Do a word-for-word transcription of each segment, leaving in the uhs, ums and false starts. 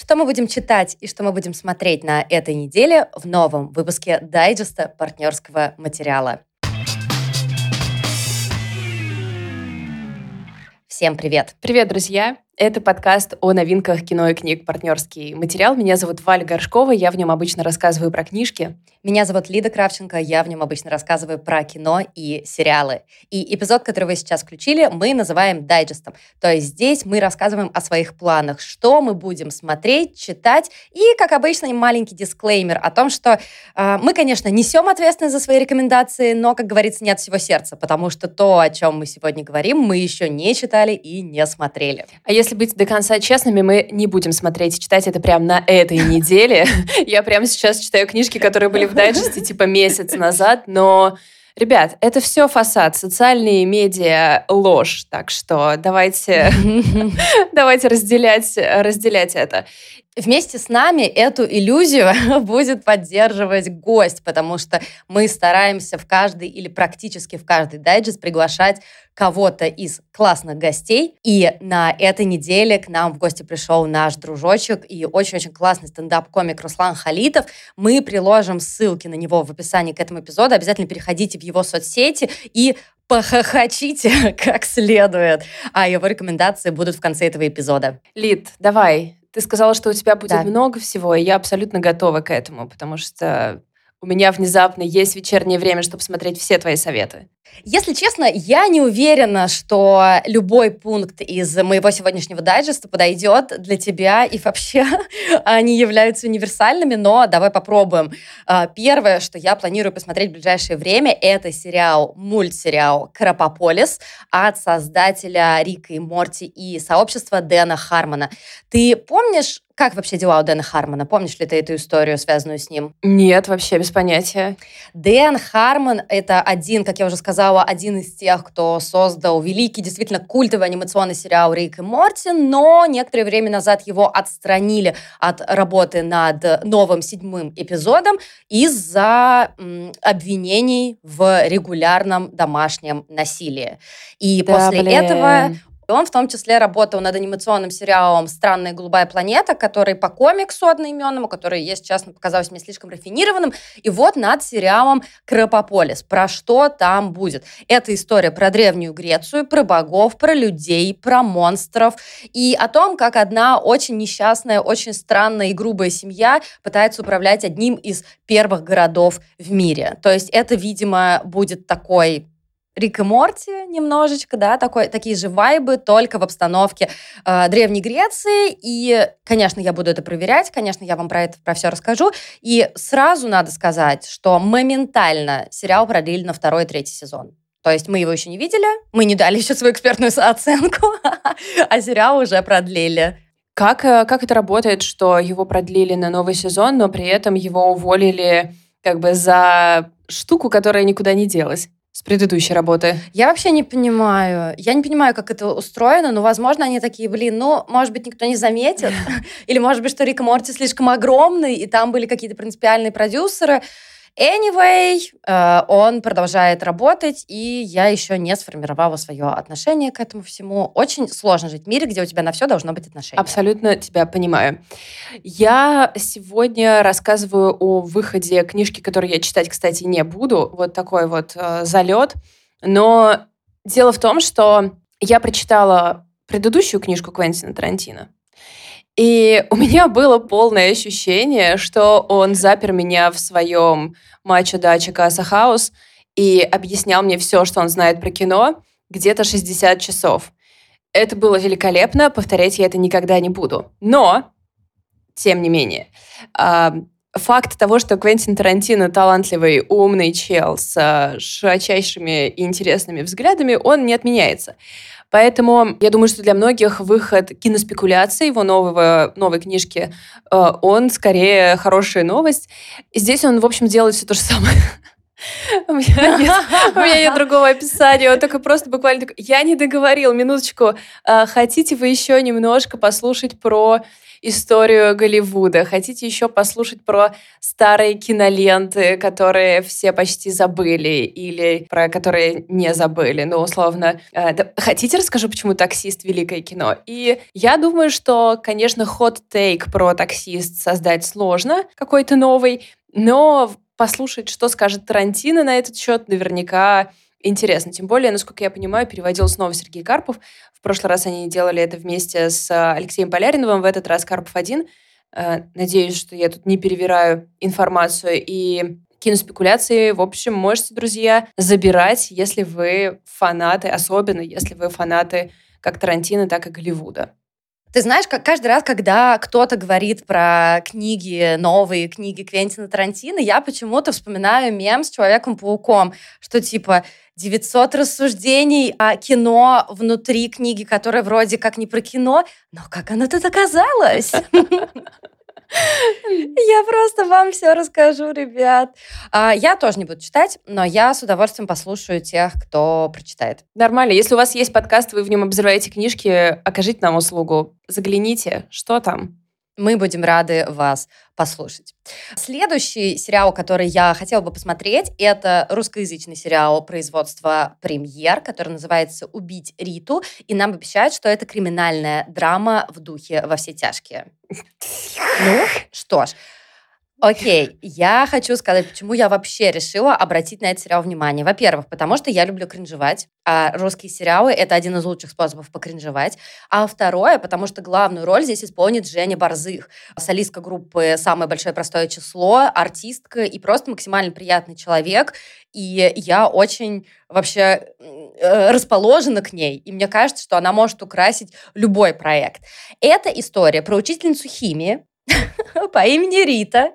Что мы будем читать и что мы будем смотреть на этой неделе в новом выпуске дайджеста партнерского материала. Всем привет! Привет, друзья! Это подкаст о новинках кино и книг «Партнерский материал». Меня зовут Валя Горшкова, я в нем обычно рассказываю про книжки. Меня зовут Лида Кравченко, я в нем обычно рассказываю про кино и сериалы. И эпизод, который вы сейчас включили, мы называем дайджестом. То есть здесь мы рассказываем о своих планах, что мы будем смотреть, читать. И, как обычно, маленький дисклеймер о том, что э, мы, конечно, несем ответственность за свои рекомендации, но, как говорится, не от всего сердца, потому что то, о чем мы сегодня говорим, мы еще не читали и не смотрели. А если быть до конца честными, мы не будем смотреть и читать это прямо на этой неделе. Я прямо сейчас читаю книжки, которые были в дайджесте типа месяц назад, но, ребят, это все фасад, социальные медиа, ложь, так что давайте, давайте разделять, разделять это. Вместе с нами эту иллюзию будет поддерживать гость, потому что мы стараемся в каждый или практически в каждый дайджест приглашать кого-то из классных гостей. И на этой неделе к нам в гости пришел наш дружочек и очень-очень классный стендап-комик Руслан Халитов. Мы приложим ссылки на него в описании к этому эпизоду. Обязательно переходите в его соцсети и похохочите как следует. А его рекомендации будут в конце этого эпизода. Лид, давай. Ты сказала, что у тебя будет да. много всего, и я абсолютно готова к этому, потому что у меня внезапно есть вечернее время, чтобы смотреть все твои советы. Если честно, я не уверена, что любой пункт из моего сегодняшнего дайджеста подойдет для тебя, и вообще они являются универсальными, но давай попробуем. Первое, что я планирую посмотреть в ближайшее время, это сериал, мультсериал «Крапополис» от создателя Рика и Морти и сообщества Дэна Хармона. Ты помнишь, как вообще дела у Дэна Хармона? Помнишь ли ты эту историю, связанную с ним? Нет, вообще без понятия. Дэн Хармон — это один, как я уже сказала, один из тех, кто создал великий, действительно культовый анимационный сериал «Рик и Морти», но некоторое время назад его отстранили от работы над новым седьмым эпизодом из-за м, обвинений в регулярном домашнем насилии. И да, после блин. этого... Он в том числе работал над анимационным сериалом «Странная голубая планета», который по комиксу одноименному, который, если честно, показалось мне слишком рафинированным. И вот над сериалом «Крапополис». Про что там будет? Это история про Древнюю Грецию, про богов, про людей, про монстров. И о том, как одна очень несчастная, очень странная и грубая семья пытается управлять одним из первых городов в мире. То есть это, видимо, будет такой... Рик и Морти немножечко, да, такой, такие же вайбы, только в обстановке э, Древней Греции. И, конечно, я буду это проверять, конечно, я вам про это про все расскажу. И сразу надо сказать, что моментально сериал продлили на второй и третий сезон. То есть мы его еще не видели, мы не дали еще свою экспертную оценку, а сериал уже продлили. Как, как это работает, что его продлили на новый сезон, но при этом его уволили как бы за штуку, которая никуда не делась? С предыдущей работы. Я вообще не понимаю. Я не понимаю, как это устроено, но, возможно, они такие, блин, ну, может быть, никто не заметит. Или, может быть, что Рик и Морти слишком огромный, и там были какие-то принципиальные продюсеры. Anyway, э, он продолжает работать, и я еще не сформировала свое отношение к этому всему. Очень сложно жить в мире, где у тебя на все должно быть отношение. Абсолютно тебя понимаю. Я сегодня рассказываю о выходе книжки, которую я читать, кстати, не буду. Вот такой вот э, залет. Но дело в том, что я прочитала предыдущую книжку Квентина Тарантино. И у меня было полное ощущение, что он запер меня в своем Мачо Дача Каса Хаус и объяснял мне все, что он знает про кино, где-то шестьдесят часов. Это было великолепно, повторять я это никогда не буду. Но, тем не менее, факт того, что Квентин Тарантино талантливый, умный чел с широчайшими и интересными взглядами, он не отменяется. Поэтому я думаю, что для многих выход киноспекуляции, его нового, новой книжки, он скорее хорошая новость. И здесь он, в общем, делает все то же самое. У меня, нет, у меня нет другого описания. Он такой просто буквально такой, я не договорил, минуточку. Хотите вы еще немножко послушать про историю Голливуда, хотите еще послушать про старые киноленты, которые все почти забыли, или про которые не забыли, ну, условно. Э, да, хотите, расскажу, почему «Таксист» — великое кино? И я думаю, что, конечно, хот-тейк про «Таксист» создать сложно, какой-то новый, но послушать, что скажет Тарантино на этот счет, наверняка интересно. Тем более, насколько я понимаю, переводил снова Сергей Карпов. В прошлый раз они делали это вместе с Алексеем Поляриновым, в этот раз Карпов один. Надеюсь, что я тут не перевираю информацию и киноспекуляции. В общем, можете, друзья, забирать, если вы фанаты, особенно если вы фанаты как Тарантино, так и Голливуда. Ты знаешь, как каждый раз, когда кто-то говорит про книги, новые книги Квентина Тарантино, я почему-то вспоминаю мем с Человеком-пауком, что типа девятьсот рассуждений о кино внутри книги, которая вроде как не про кино, но как оно тут оказалось? Я просто вам все расскажу, ребят. Я тоже не буду читать, но я с удовольствием послушаю тех, кто прочитает. Нормально. Если у вас есть подкаст, вы в нем обозреваете книжки, окажите нам услугу. Загляните, что там. Мы будем рады вас послушать. Следующий сериал, который я хотела бы посмотреть, это русскоязычный сериал производства «Премьер», который называется «Убить Риту», и нам обещают, что это криминальная драма в духе «Во все тяжкие». Ну, что ж. Окей, я хочу сказать, почему я вообще решила обратить на этот сериал внимание. Во-первых, потому что я люблю кринжевать, а русские сериалы — это один из лучших способов покринжевать. А второе, потому что главную роль здесь исполнит Женя Борзых, солистка группы «Самое большое простое число», артистка и просто максимально приятный человек. И я очень вообще расположена к ней, и мне кажется, что она может украсить любой проект. Это история про учительницу химии, по имени Рита,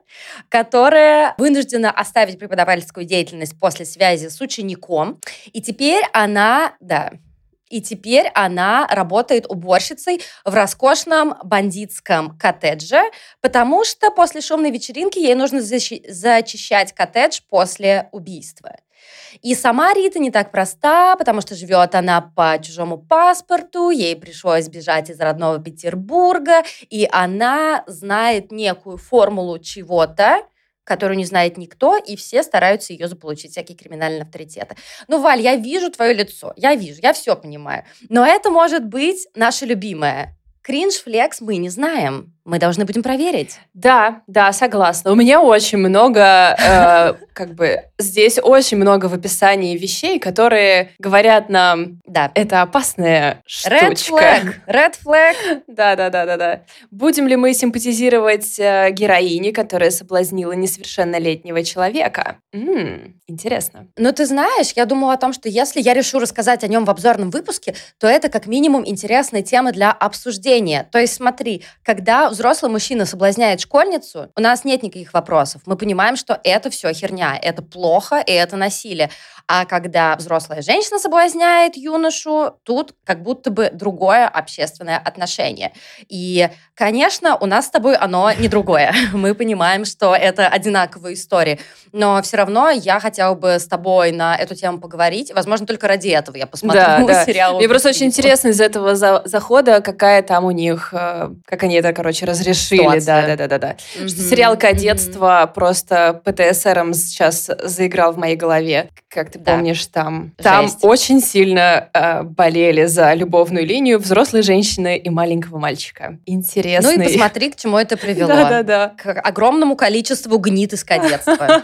которая вынуждена оставить преподавательскую деятельность после связи с учеником. И теперь она, да, и теперь она работает уборщицей в роскошном бандитском коттедже, потому что после шумной вечеринки ей нужно защи- зачищать коттедж после убийства. И сама Рита не так проста, потому что живет она по чужому паспорту, ей пришлось бежать из родного Петербурга, и она знает некую формулу чего-то, которую не знает никто, и все стараются ее заполучить, всякие криминальные авторитеты. Ну, Валь, я вижу твое лицо, я вижу, я все понимаю, но это может быть наше любимое. Кринж-флекс мы не знаем. Мы должны будем проверить. Да, да, согласна. У меня очень много, э, как бы, здесь очень много в описании вещей, которые говорят нам, да, это опасная штучка. Red flag. Red flag. Да, да, да, да, да. Будем ли мы симпатизировать э, героине, которая соблазнила несовершеннолетнего человека? М-м, интересно. Ну, ты знаешь, я думала о том, что если я решу рассказать о нем в обзорном выпуске, то это как минимум интересная тема для обсуждения. То есть смотри, когда взрослый мужчина соблазняет школьницу, у нас нет никаких вопросов. Мы понимаем, что это все херня, это плохо и это насилие. А когда взрослая женщина соблазняет юношу, тут как будто бы другое общественное отношение. И, конечно, у нас с тобой оно не другое. Мы понимаем, что это одинаковые истории. Но все равно я хотела бы с тобой на эту тему поговорить. Возможно, только ради этого я посмотрю да, да. сериал. Мне просто очень интересно из этого за- захода, какая там у них, э, как они это, короче, разрешили. Да, да, да, да, да. Mm-hmm. Что сериал «Кадетство» mm-hmm. просто ПТСРом сейчас заиграл в моей голове. Как ты да. помнишь, там, там очень сильно э, болели за любовную линию взрослой женщины и маленького мальчика. Интересный. Ну и посмотри, к чему это привело. Да, да, да. К огромному количеству гнид из кадетства.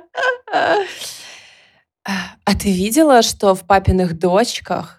А ты видела, что в «Папиных дочках»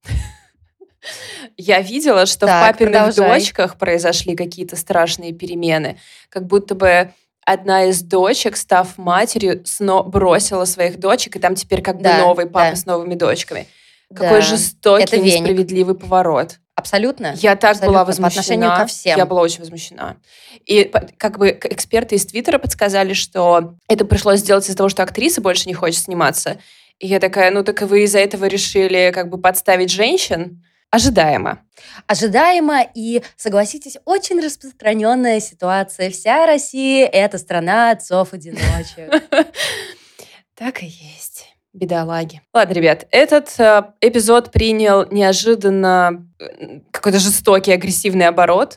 Я видела, что так, в «Папиных продолжай. дочках» произошли какие-то страшные перемены. Как будто бы одна из дочек, став матерью, сно бросила своих дочек, и там теперь как бы да, новый папа да. с новыми дочками. Да. Какой жестокий, это несправедливый поворот. Абсолютно. Я так Абсолютно. была возмущена. По отношению ко всем. Я была очень возмущена. И как бы эксперты из Твиттера подсказали, что это пришлось сделать из-за того, что актриса больше не хочет сниматься. И я такая, ну так и вы из-за этого решили как бы подставить женщин? Ожидаемо. Ожидаемо и, согласитесь, очень распространенная ситуация. Вся Россия — это страна отцов-одиночек. Так и есть. Бедолаги. Ладно, ребят, этот э, эпизод принял неожиданно э, какой-то жестокий, агрессивный оборот.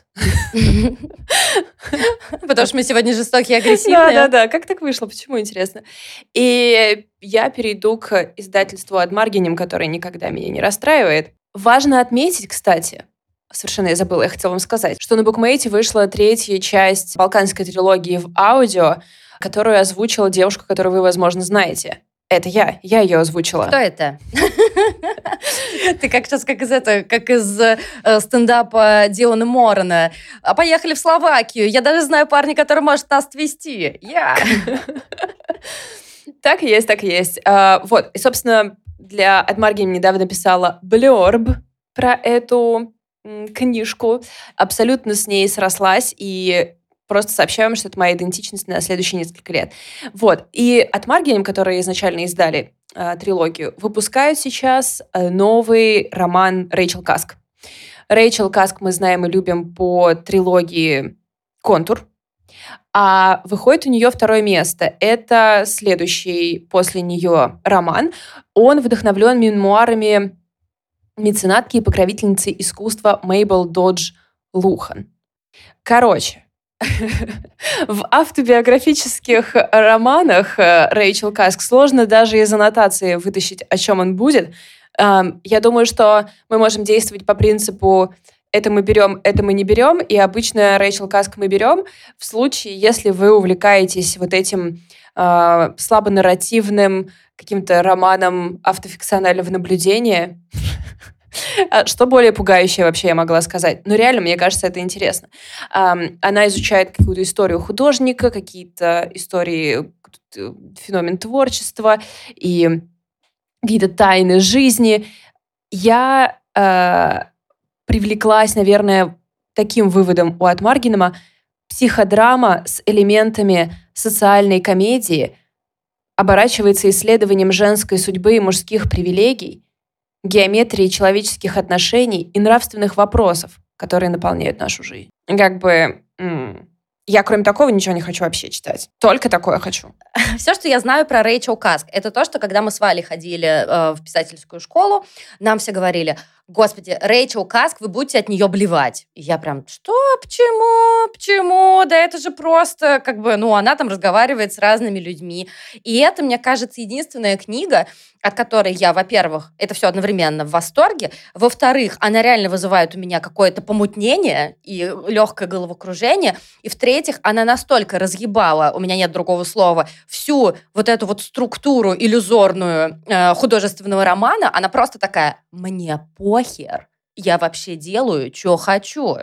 Потому что мы сегодня жестокие и агрессивные. Да-да-да, как так вышло? Почему, интересно? И я перейду к издательству «Ad Marginem», которое никогда меня не расстраивает. Важно отметить, кстати, совершенно я забыла, я хотела вам сказать, что на Букмейте вышла третья часть балканской трилогии в аудио, которую озвучила девушка, которую вы, возможно, знаете. Это я. Я ее озвучила. Кто это? Ты как сейчас, как из этого, как из э, стендапа Дилана Морона. А поехали в Словакию. Я даже знаю парня, который может нас отвезти. Я. Так и есть, так и есть. А, вот. И, собственно, для Ad Marginem недавно писала блёрб про эту м, книжку. Абсолютно с ней срослась и просто сообщаю вам, что это моя идентичность на следующие несколько лет. Вот. И Ad Marginem, которые изначально издали э, трилогию, выпускают сейчас э, новый роман Рэйчел Каск. Рэйчел Каск мы знаем и любим по трилогии «Контур». А выходит у нее второе место. Это следующий после нее роман. Он вдохновлен мемуарами меценатки и покровительницы искусства Мейбл Додж Лухан. Короче, в автобиографических романах Рэйчел Каск сложно даже из аннотации вытащить, о чем он будет. Я думаю, что мы можем действовать по принципу «это мы берем, это мы не берем», и обычно Рэйчел Каск мы берем в случае, если вы увлекаетесь вот этим э, слабонарративным каким-то романом автофикционального наблюдения. Что более пугающее вообще я могла сказать? Но реально, мне кажется, это интересно. Она изучает какую-то историю художника, какие-то истории, феномен творчества и какие-то тайны жизни. Я э, привлеклась, наверное, таким выводом у Ad Marginem. Психодрама с элементами социальной комедии оборачивается исследованием женской судьбы и мужских привилегий, геометрии человеческих отношений и нравственных вопросов, которые наполняют нашу жизнь. Как бы м- я, кроме такого, ничего не хочу вообще читать. Только такое хочу. Все, что я знаю про Рэйчел Каск, это то, что когда мы с Валей ходили э, в писательскую школу, нам все говорили: «Господи, Рэйчел Каск, вы будете от нее блевать». И я прям: что? Почему? Почему? Да это же просто, как бы, ну, она там разговаривает с разными людьми. И это, мне кажется, единственная книга, от которой я, во-первых, это все одновременно в восторге, во-вторых, она реально вызывает у меня какое-то помутнение и легкое головокружение, и в-третьих, она настолько разъебала, у меня нет другого слова, всю вот эту вот структуру иллюзорную э, художественного романа, она просто такая: мне похер, я вообще делаю, что хочу.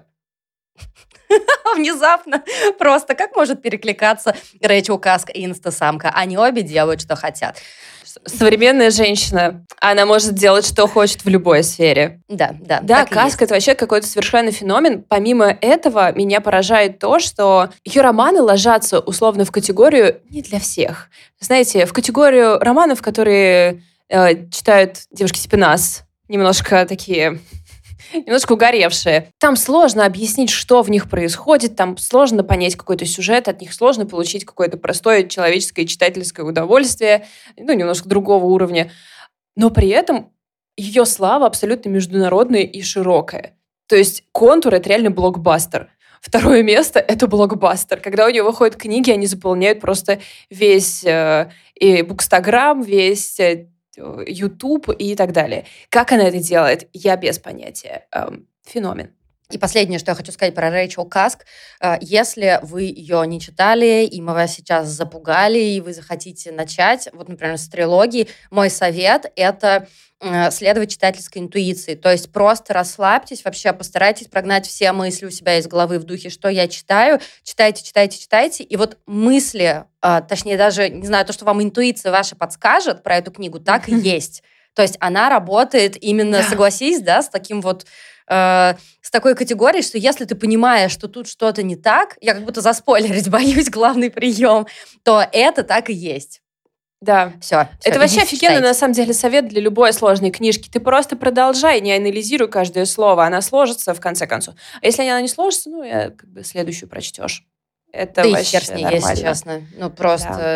Внезапно просто как может перекликаться Рэйчел Каск и инстасамка? Они обе делают, что хотят. Современная женщина, она может делать, что хочет в любой сфере. Да, да. Да, Каск — это вообще какой-то совершенно феномен. Помимо этого, меня поражает то, что ее романы ложатся условно в категорию не для всех. Знаете, в категорию романов, которые э, читают девушки типа нас, немножко такие... немножко угоревшие. Там сложно объяснить, что в них происходит, там сложно понять какой-то сюжет, от них сложно получить какое-то простое человеческое читательское удовольствие, ну, немножко другого уровня. Но при этом ее слава абсолютно международная и широкая. То есть «Контур» — это реально блокбастер. Второе место — это блокбастер. Когда у нее выходят книги, они заполняют просто весь э, и Букстаграм, весь... Э, YouTube и так далее. Как она это делает, я без понятия. Эм, феномен. И последнее, что я хочу сказать про Рэйчел Каск. Если вы ее не читали, и мы вас сейчас запугали, и вы захотите начать, вот, например, с трилогии, мой совет — это следовать читательской интуиции. То есть просто расслабьтесь, вообще постарайтесь прогнать все мысли у себя из головы в духе, что я читаю. Читайте, читайте, читайте. И вот мысли, точнее даже, не знаю, то, что вам интуиция ваша подскажет про эту книгу, так и есть. То есть она работает именно, согласись, да, с таким вот э, с такой категорией, что если ты понимаешь, что тут что-то не так, я как будто заспойлерить боюсь главный прием, то это так и есть. Да. Все. Это вообще офигенный, на самом деле, совет для любой сложной книжки. Ты просто продолжай, не анализируй каждое слово, она сложится в конце концов. А если она не сложится, ну, я, как бы, следующую прочтешь. Это да вообще и хер с ней, нормально. если честно. Ну, просто...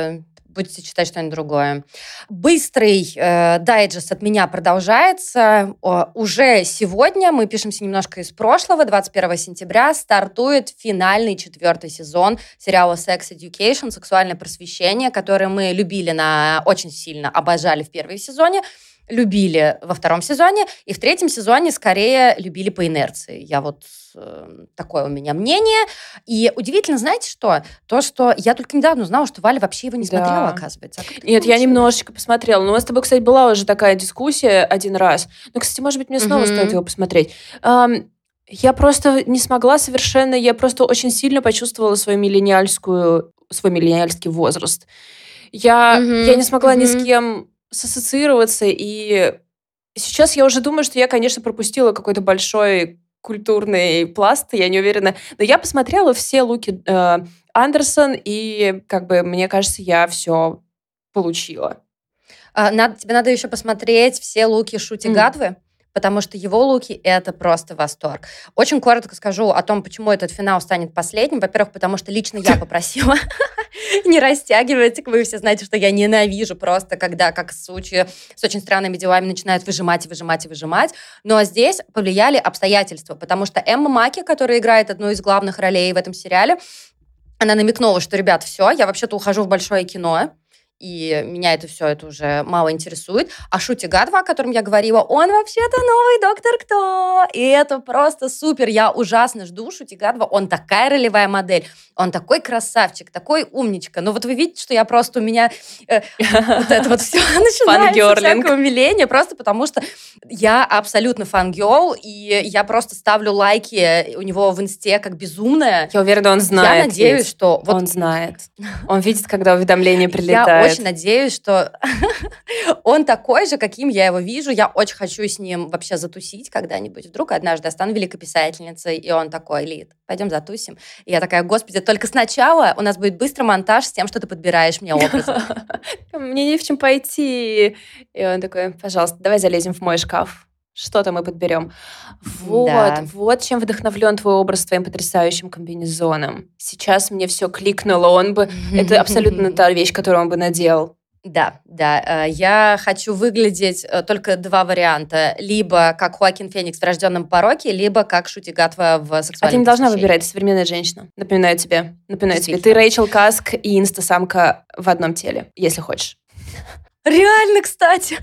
будете читать что-нибудь другое. Быстрый э, дайджест от меня продолжается. О, уже сегодня, мы пишемся немножко из прошлого, двадцать первого сентября стартует финальный четвертый сезон сериала Sex Education, сексуальное просвещение, который мы любили на очень сильно, обожали в первом сезоне, любили во втором сезоне, и в третьем сезоне скорее любили по инерции. Я вот э, такое у меня мнение. И удивительно, знаете что? То, что я только недавно узнала, что Валя вообще его не Да. смотрела, оказывается. А Нет, я немножечко посмотрела. Но у нас с тобой, кстати, была уже такая дискуссия один раз. Ну, кстати, может быть, мне снова Мгм. стоит его посмотреть. Ам, я просто не смогла совершенно... Я просто очень сильно почувствовала свою миллениальскую, свой миллениальский возраст. Я, Мгм, я не смогла ни с мгм. кем сассоциироваться, и сейчас я уже думаю, что я, конечно, пропустила какой-то большой культурный пласт, я не уверена. Но я посмотрела все луки э, Андерсон, и, как бы, мне кажется, я все получила. А, надо, тебе надо еще посмотреть все луки Шути М. Гадвы, потому что его луки — это просто восторг. Очень коротко скажу о том, почему этот финал станет последним. Во-первых, потому что лично я попросила не растягивать. Вы все знаете, что я ненавижу просто, когда, как в случае с «Очень странными делами», начинают выжимать и выжимать и выжимать. Но здесь повлияли обстоятельства, потому что Эмма Маки, которая играет одну из главных ролей в этом сериале, она намекнула, что, ребят, все, я вообще-то ухожу в большое кино, и меня это все это уже мало интересует. А Шути Гадва, о котором я говорила, он вообще-то новый доктор Кто. И это просто супер. Я ужасно жду Шути Гадва. Он такая ролевая модель. Он такой красавчик, такой умничка. Ну вот вы видите, что я просто у меня э, вот это вот все начинается, Фангерлинг. всякое умиление, просто потому что я абсолютно фангерл, и я просто ставлю лайки у него в инсте как безумная. Я уверена, он знает. Я надеюсь, ведь. что... Вот Он знает. Он видит, когда уведомление я прилетает. очень надеюсь, что он такой же, каким я его вижу. Я очень хочу с ним вообще затусить когда-нибудь. Вдруг однажды я стану великой писательницей, и он такой: Лид, пойдем затусим. И я такая: господи, только сначала у нас будет быстрый монтаж с тем, что ты подбираешь мне образы. Мне не в чем пойти. И он такой: пожалуйста, давай залезем в мой шкаф. Что-то мы подберем. Вот, Да. вот чем вдохновлен твой образ твоим потрясающим комбинезоном. Сейчас мне все кликнуло. Он бы... Это абсолютно та вещь, которую он бы надел. Да, да. э, Я хочу выглядеть э, только два варианта. Либо как Хоакин Феникс в «Рожденном пороке», либо как Шути Гатва в А ты «Сексуальном не должна просвещении». выбирать, ты современная женщина. Напоминаю тебе. Напоминаю тебе. Ты Действительно. Рэйчел Каск и инстасамка в одном теле, если хочешь. Реально, кстати.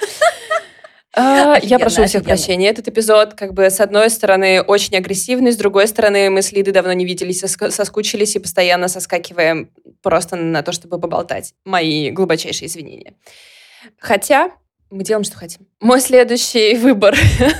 А, Я Офигенно, прошу у всех офигенно. прощения. Этот эпизод, как бы, с одной стороны, очень агрессивный, с другой стороны, мы с Лидой давно не виделись, соск- соскучились и постоянно соскакиваем просто на то, чтобы поболтать. Мои глубочайшие извинения. Хотя мы делаем, что хотим. Мой следующий выбор.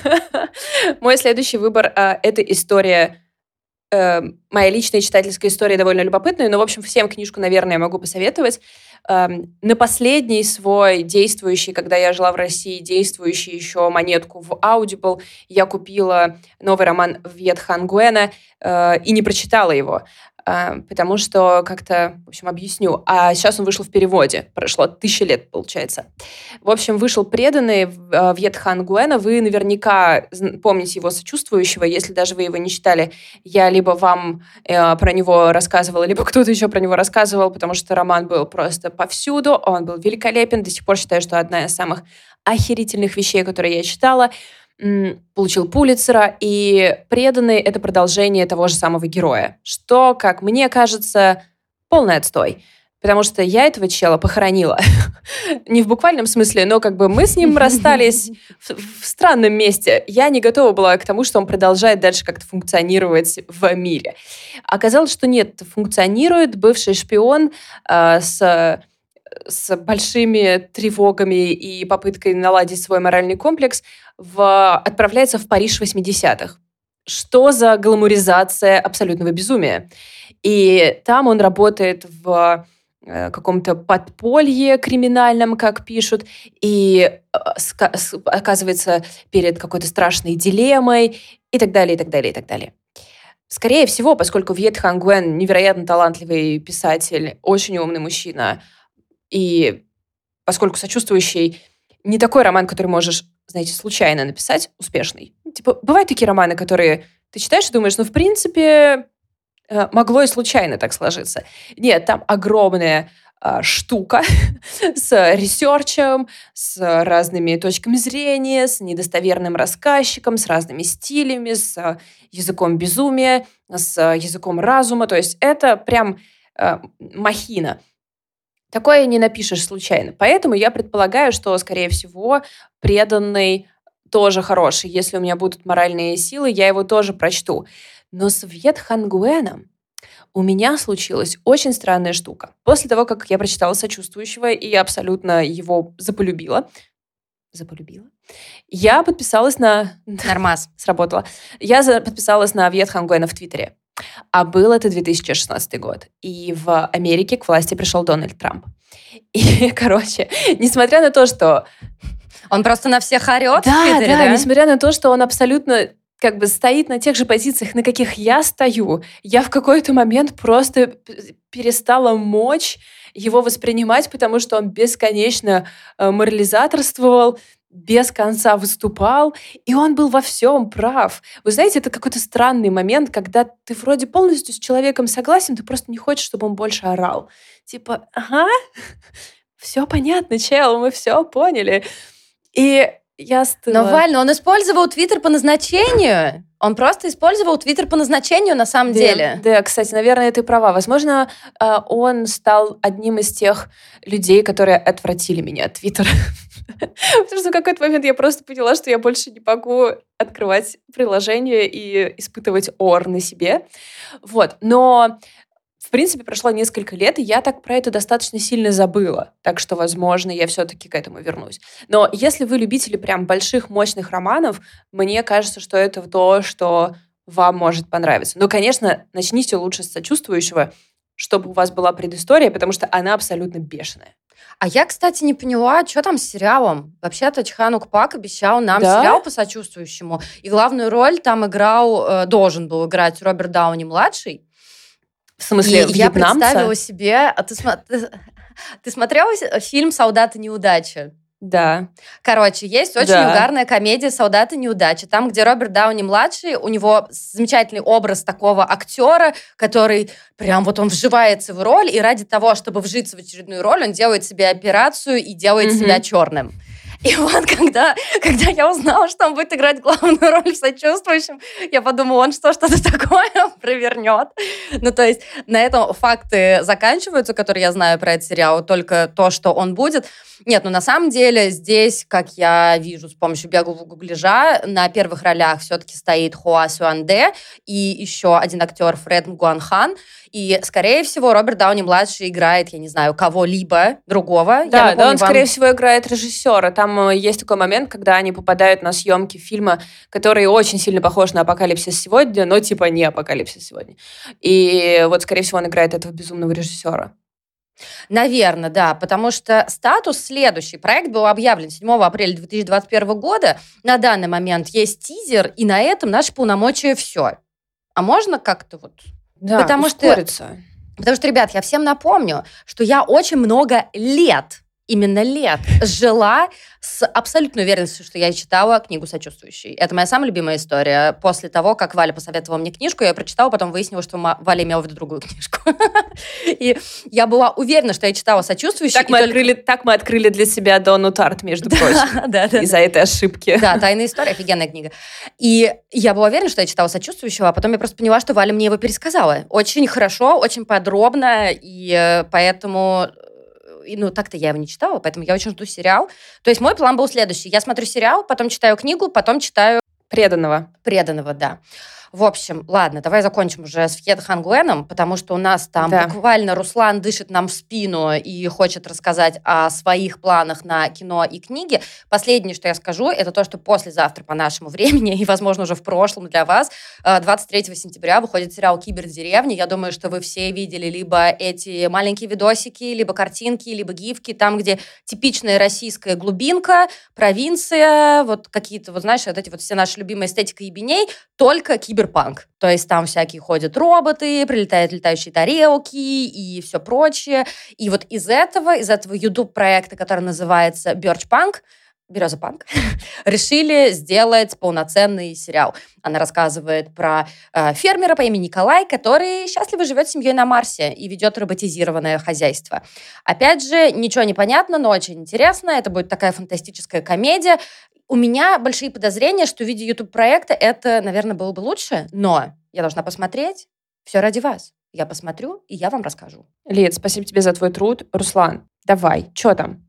Мой следующий выбор а, — это история. э, Моя личная читательская история довольно любопытная, но, в общем, всем книжку, наверное, я могу посоветовать. Эм, На последний свой действующий, когда я жила в России, действующий еще монетку в Audible, я купила новый роман Вьет Хан Гуэна э, и не прочитала его, э, потому что как-то, в общем, объясню. А сейчас он вышел в переводе. Прошло тысяча лет, получается. В общем, вышел «Преданный» э, Вьет Хан Гуэна. Вы наверняка зн- помните его сочувствующего. Если даже вы его не читали, я либо вам э, про него рассказывала, либо кто-то еще про него рассказывал, потому что роман был просто повсюду, он был великолепен. До сих пор считаю, что одна из самых охерительных вещей, которые я читала. М, Получил Пулитцера, и «Преданный» — это продолжение того же самого героя, что, как мне кажется, полный отстой. Потому что я этого чела похоронила. Не в буквальном смысле, но как бы мы с ним расстались в, в странном месте. Я не готова была к тому, что он продолжает дальше как-то функционировать в мире. Оказалось, что нет, функционирует бывший шпион э, с, с большими тревогами и попыткой наладить свой моральный комплекс, в, отправляется в Париж восьмидесятых. Что за гламуризация абсолютного безумия? И там он работает в э, каком-то подполье криминальном, как пишут, и э, ска- с- оказывается перед какой-то страшной дилеммой и так далее, и так далее, и так далее. Скорее всего, поскольку Вьет Хан Гуэн невероятно талантливый писатель, очень умный мужчина, и поскольку сочувствующий не такой роман, который можешь, знаете, случайно написать, успешный. Типа, бывают такие романы, которые ты читаешь и думаешь, ну, в принципе, э, могло и случайно так сложиться. Нет, там огромная а, штука с ресерчем, с разными точками зрения, с недостоверным рассказчиком, с разными стилями, с языком безумия, с языком разума. То есть это прям а, махина. Такое не напишешь случайно. Поэтому я предполагаю, что, скорее всего, преданный тоже хороший. Если у меня будут моральные силы, я его тоже прочту. Но с Вьет Хан Гуэном у меня случилась очень странная штука. После того, как я прочитала «Сочувствующего» и абсолютно его заполюбила, заполюбила, я подписалась на... Нормас. Сработало. Я подписалась на Вьет Хан Гуэна в Твиттере. А был это две тысячи шестнадцатый год. И в Америке к власти пришел Дональд Трамп. И, короче, несмотря на то, что... Он просто на всех орет да, в Твиттере, да, да? несмотря на то, что он абсолютно как бы стоит на тех же позициях, на каких я стою, я в какой-то момент просто перестала мочь его воспринимать, потому что он бесконечно морализаторствовал, без конца выступал, и он был во всем прав. Вы знаете, это какой-то странный момент, когда ты вроде полностью с человеком согласен, ты просто не хочешь, чтобы он больше орал. Типа, ага, все понятно, чел, мы все поняли. И я стыла. Но, Валь, но он использовал Твиттер по назначению. Он просто использовал Твиттер по назначению на самом да, деле. Да, кстати, наверное, ты права. Возможно, он стал одним из тех людей, которые отвратили меня от Твиттера. Потому что в какой-то момент я просто поняла, что я больше не могу открывать приложение и испытывать ор на себе. Вот. Но, в принципе, прошло несколько лет, и я так про это достаточно сильно забыла. Так что, возможно, я все-таки к этому вернусь. Но если вы любители прям больших, мощных романов, мне кажется, что это то, что вам может понравиться. Но, конечно, начните лучше с «Сочувствующего», чтобы у вас была предыстория, потому что она абсолютно бешеная. А я, кстати, не поняла, что там с сериалом. Вообще-то Чхан Ук Пак обещал нам да? сериал по «Сочувствующему». И главную роль там играл, должен был играть Роберт Дауни-младший. В смысле, и я представила себе... А ты, ты, ты смотрела фильм «Солдаты неудачи»? Да. Короче, есть очень да. угарная комедия «Солдаты неудачи». Там, где Роберт Дауни-младший, у него замечательный образ такого актера, который прям вот он вживается в роль, и ради того, чтобы вжиться в очередную роль, он делает себе операцию и делает mm-hmm. себя черным. И вот когда, когда я узнала, что он будет играть главную роль в «Сочувствующем», я подумала, он что, что-то такое провернет. Ну, то есть на этом факты заканчиваются, которые я знаю про этот сериал, только то, что он будет. Нет, ну на самом деле здесь, как я вижу с помощью беглого гугляжа, на первых ролях все-таки стоит Хуа Сюанде и еще один актер Фред Нгуанхан. И, скорее всего, Роберт Дауни-младший играет, я не знаю, кого-либо другого. Да, я да, он, вам... скорее всего, играет режиссера. Там есть такой момент, когда они попадают на съемки фильма, который очень сильно похож на «Апокалипсис сегодня», но типа не «Апокалипсис сегодня». И вот, скорее всего, он играет этого безумного режиссера. Наверное, да, потому что статус следующий. Проект был объявлен седьмого апреля две тысячи двадцать первого года. На данный момент есть тизер, и на этом наши полномочия все. А можно как-то вот... Да, потому ускориться. что, потому что, ребят, я всем напомню, что я очень много лет, именно лет, жила с абсолютной уверенностью, что я читала книгу «Сочувствующий». Это моя самая любимая история. После того, как Валя посоветовала мне книжку, я прочитала, потом выяснила, что Валя имела в виду другую книжку. И я была уверена, что я читала «Сочувствующий». Так мы, открыли, так мы открыли для себя Донну Тарт, между прочим, из-за этой ошибки. Да, «Тайная история», офигенная книга. И я была уверена, что я читала «Сочувствующего», а потом я просто поняла, что Валя мне его пересказала. Очень хорошо, очень подробно, и поэтому... И, ну, так-то я его не читала, поэтому я очень жду сериал. То есть мой план был следующий. Я смотрю сериал, потом читаю книгу, потом читаю... Преданного. Преданного, да. В общем, ладно, давай закончим уже с Вьет Хан Гуэном, потому что у нас там да. буквально Руслан дышит нам в спину и хочет рассказать о своих планах на кино и книги. Последнее, что я скажу, это то, что послезавтра по нашему времени, и, возможно, уже в прошлом для вас, двадцать третьего сентября выходит сериал «Кибердеревня». Я думаю, что вы все видели либо эти маленькие видосики, либо картинки, либо гифки, там, где типичная российская глубинка, провинция, вот какие-то, вот знаешь, вот эти вот все наши любимые эстетика ебеней, только кибердеревня. Киберпанк. То есть там всякие ходят роботы, прилетают летающие тарелки и все прочее. И вот из этого, из этого YouTube-проекта, который называется Birchpunk, Береза Панк решили сделать полноценный сериал. Она рассказывает про э, фермера по имени Николай, который счастливо живет с семьей на Марсе и ведет роботизированное хозяйство. Опять же, ничего не понятно, но очень интересно. Это будет такая фантастическая комедия. У меня большие подозрения, что в виде YouTube-проекта это, наверное, было бы лучше, но я должна посмотреть. Все ради вас. Я посмотрю, и я вам расскажу. Лид, спасибо тебе за твой труд. Руслан, давай, что там?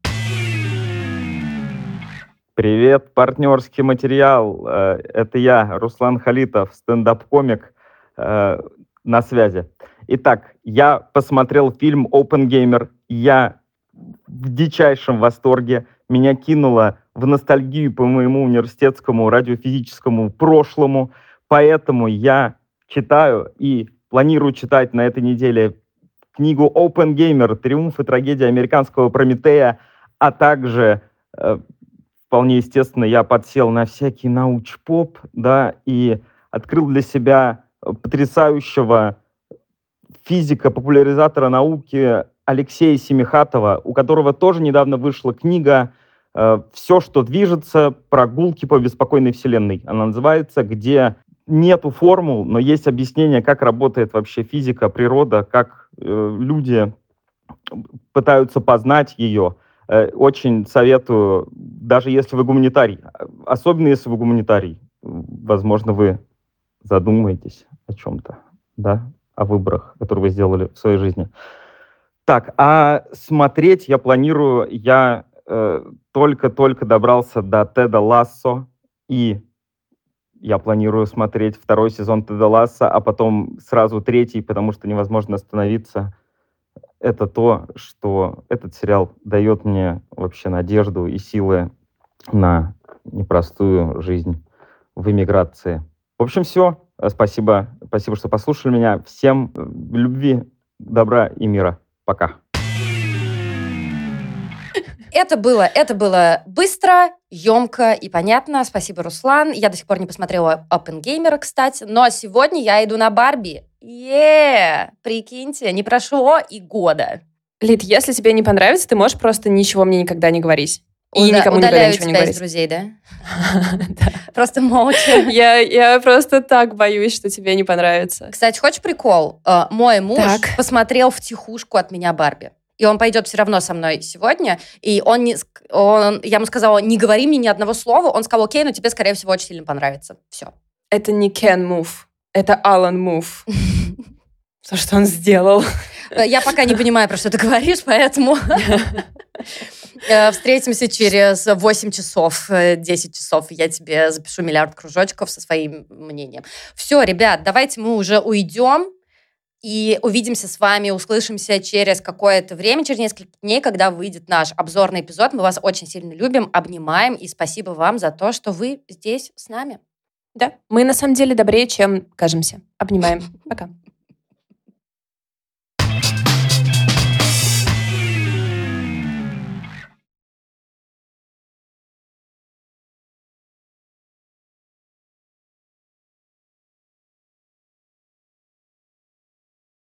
Привет, партнерский материал. Это я, Руслан Халитов, стендап-комик, на связи. Итак, я посмотрел фильм «Опенгеймер». Я в дичайшем восторге. Меня кинуло в ностальгию по моему университетскому радиофизическому прошлому. Поэтому я читаю и планирую читать на этой неделе книгу «Опенгеймер. Триумф и трагедия американского Прометея», а также... Вполне естественно, я подсел на всякий науч-поп, да, и открыл для себя потрясающего физика, популяризатора науки Алексея Семихатова, у которого тоже недавно вышла книга «Все, что движется. Прогулки по беспокойной вселенной». Она называется, где нету формул, но есть объяснение, как работает вообще физика, природа, как э, люди пытаются познать ее. Очень советую, даже если вы гуманитарий, особенно если вы гуманитарий, возможно, вы задумаетесь о чем-то, да, о выборах, которые вы сделали в своей жизни. Так, а смотреть я планирую, я э, только-только добрался до Теда Лассо, и я планирую смотреть второй сезон Теда Лассо, а потом сразу третий, потому что невозможно остановиться. Это то, что этот сериал дает мне вообще надежду и силы на непростую жизнь в эмиграции. В общем, все. Спасибо. Спасибо, что послушали меня. Всем любви, добра и мира. Пока. Это было, это было быстро, емко и понятно. Спасибо, Руслан. Я до сих пор не посмотрела «Опенгеймера», кстати, но сегодня я иду на «Барби». Е, прикиньте, не прошло и года. Лид, если тебе не понравится, ты можешь просто ничего мне никогда не говорить. И Уда- никому никогда удаляю ничего не тебя говорить. из друзей, да? Просто молча. Я, я просто так боюсь, что тебе не понравится. Кстати, хочешь прикол? Э, Мой муж Так. посмотрел втихушку от меня «Барби». И он пойдет все равно со мной сегодня. И он не, ск- он, я ему сказала, не говори мне ни одного слова. Он сказал, окей, но тебе, скорее всего, очень сильно понравится. Все. Это не Ken Move, это Alan Move. То, что он сделал. Я пока не понимаю, про что ты говоришь, поэтому э, встретимся через восемь часов, э, десять часов. Я тебе запишу миллиард кружочков со своим мнением. Все, ребят, давайте мы уже уйдем. И увидимся с вами, услышимся через какое-то время, через несколько дней, когда выйдет наш обзорный эпизод. Мы вас очень сильно любим, обнимаем, и спасибо вам за то, что вы здесь с нами. Да, мы на самом деле добрее, чем кажемся. Обнимаем. Пока.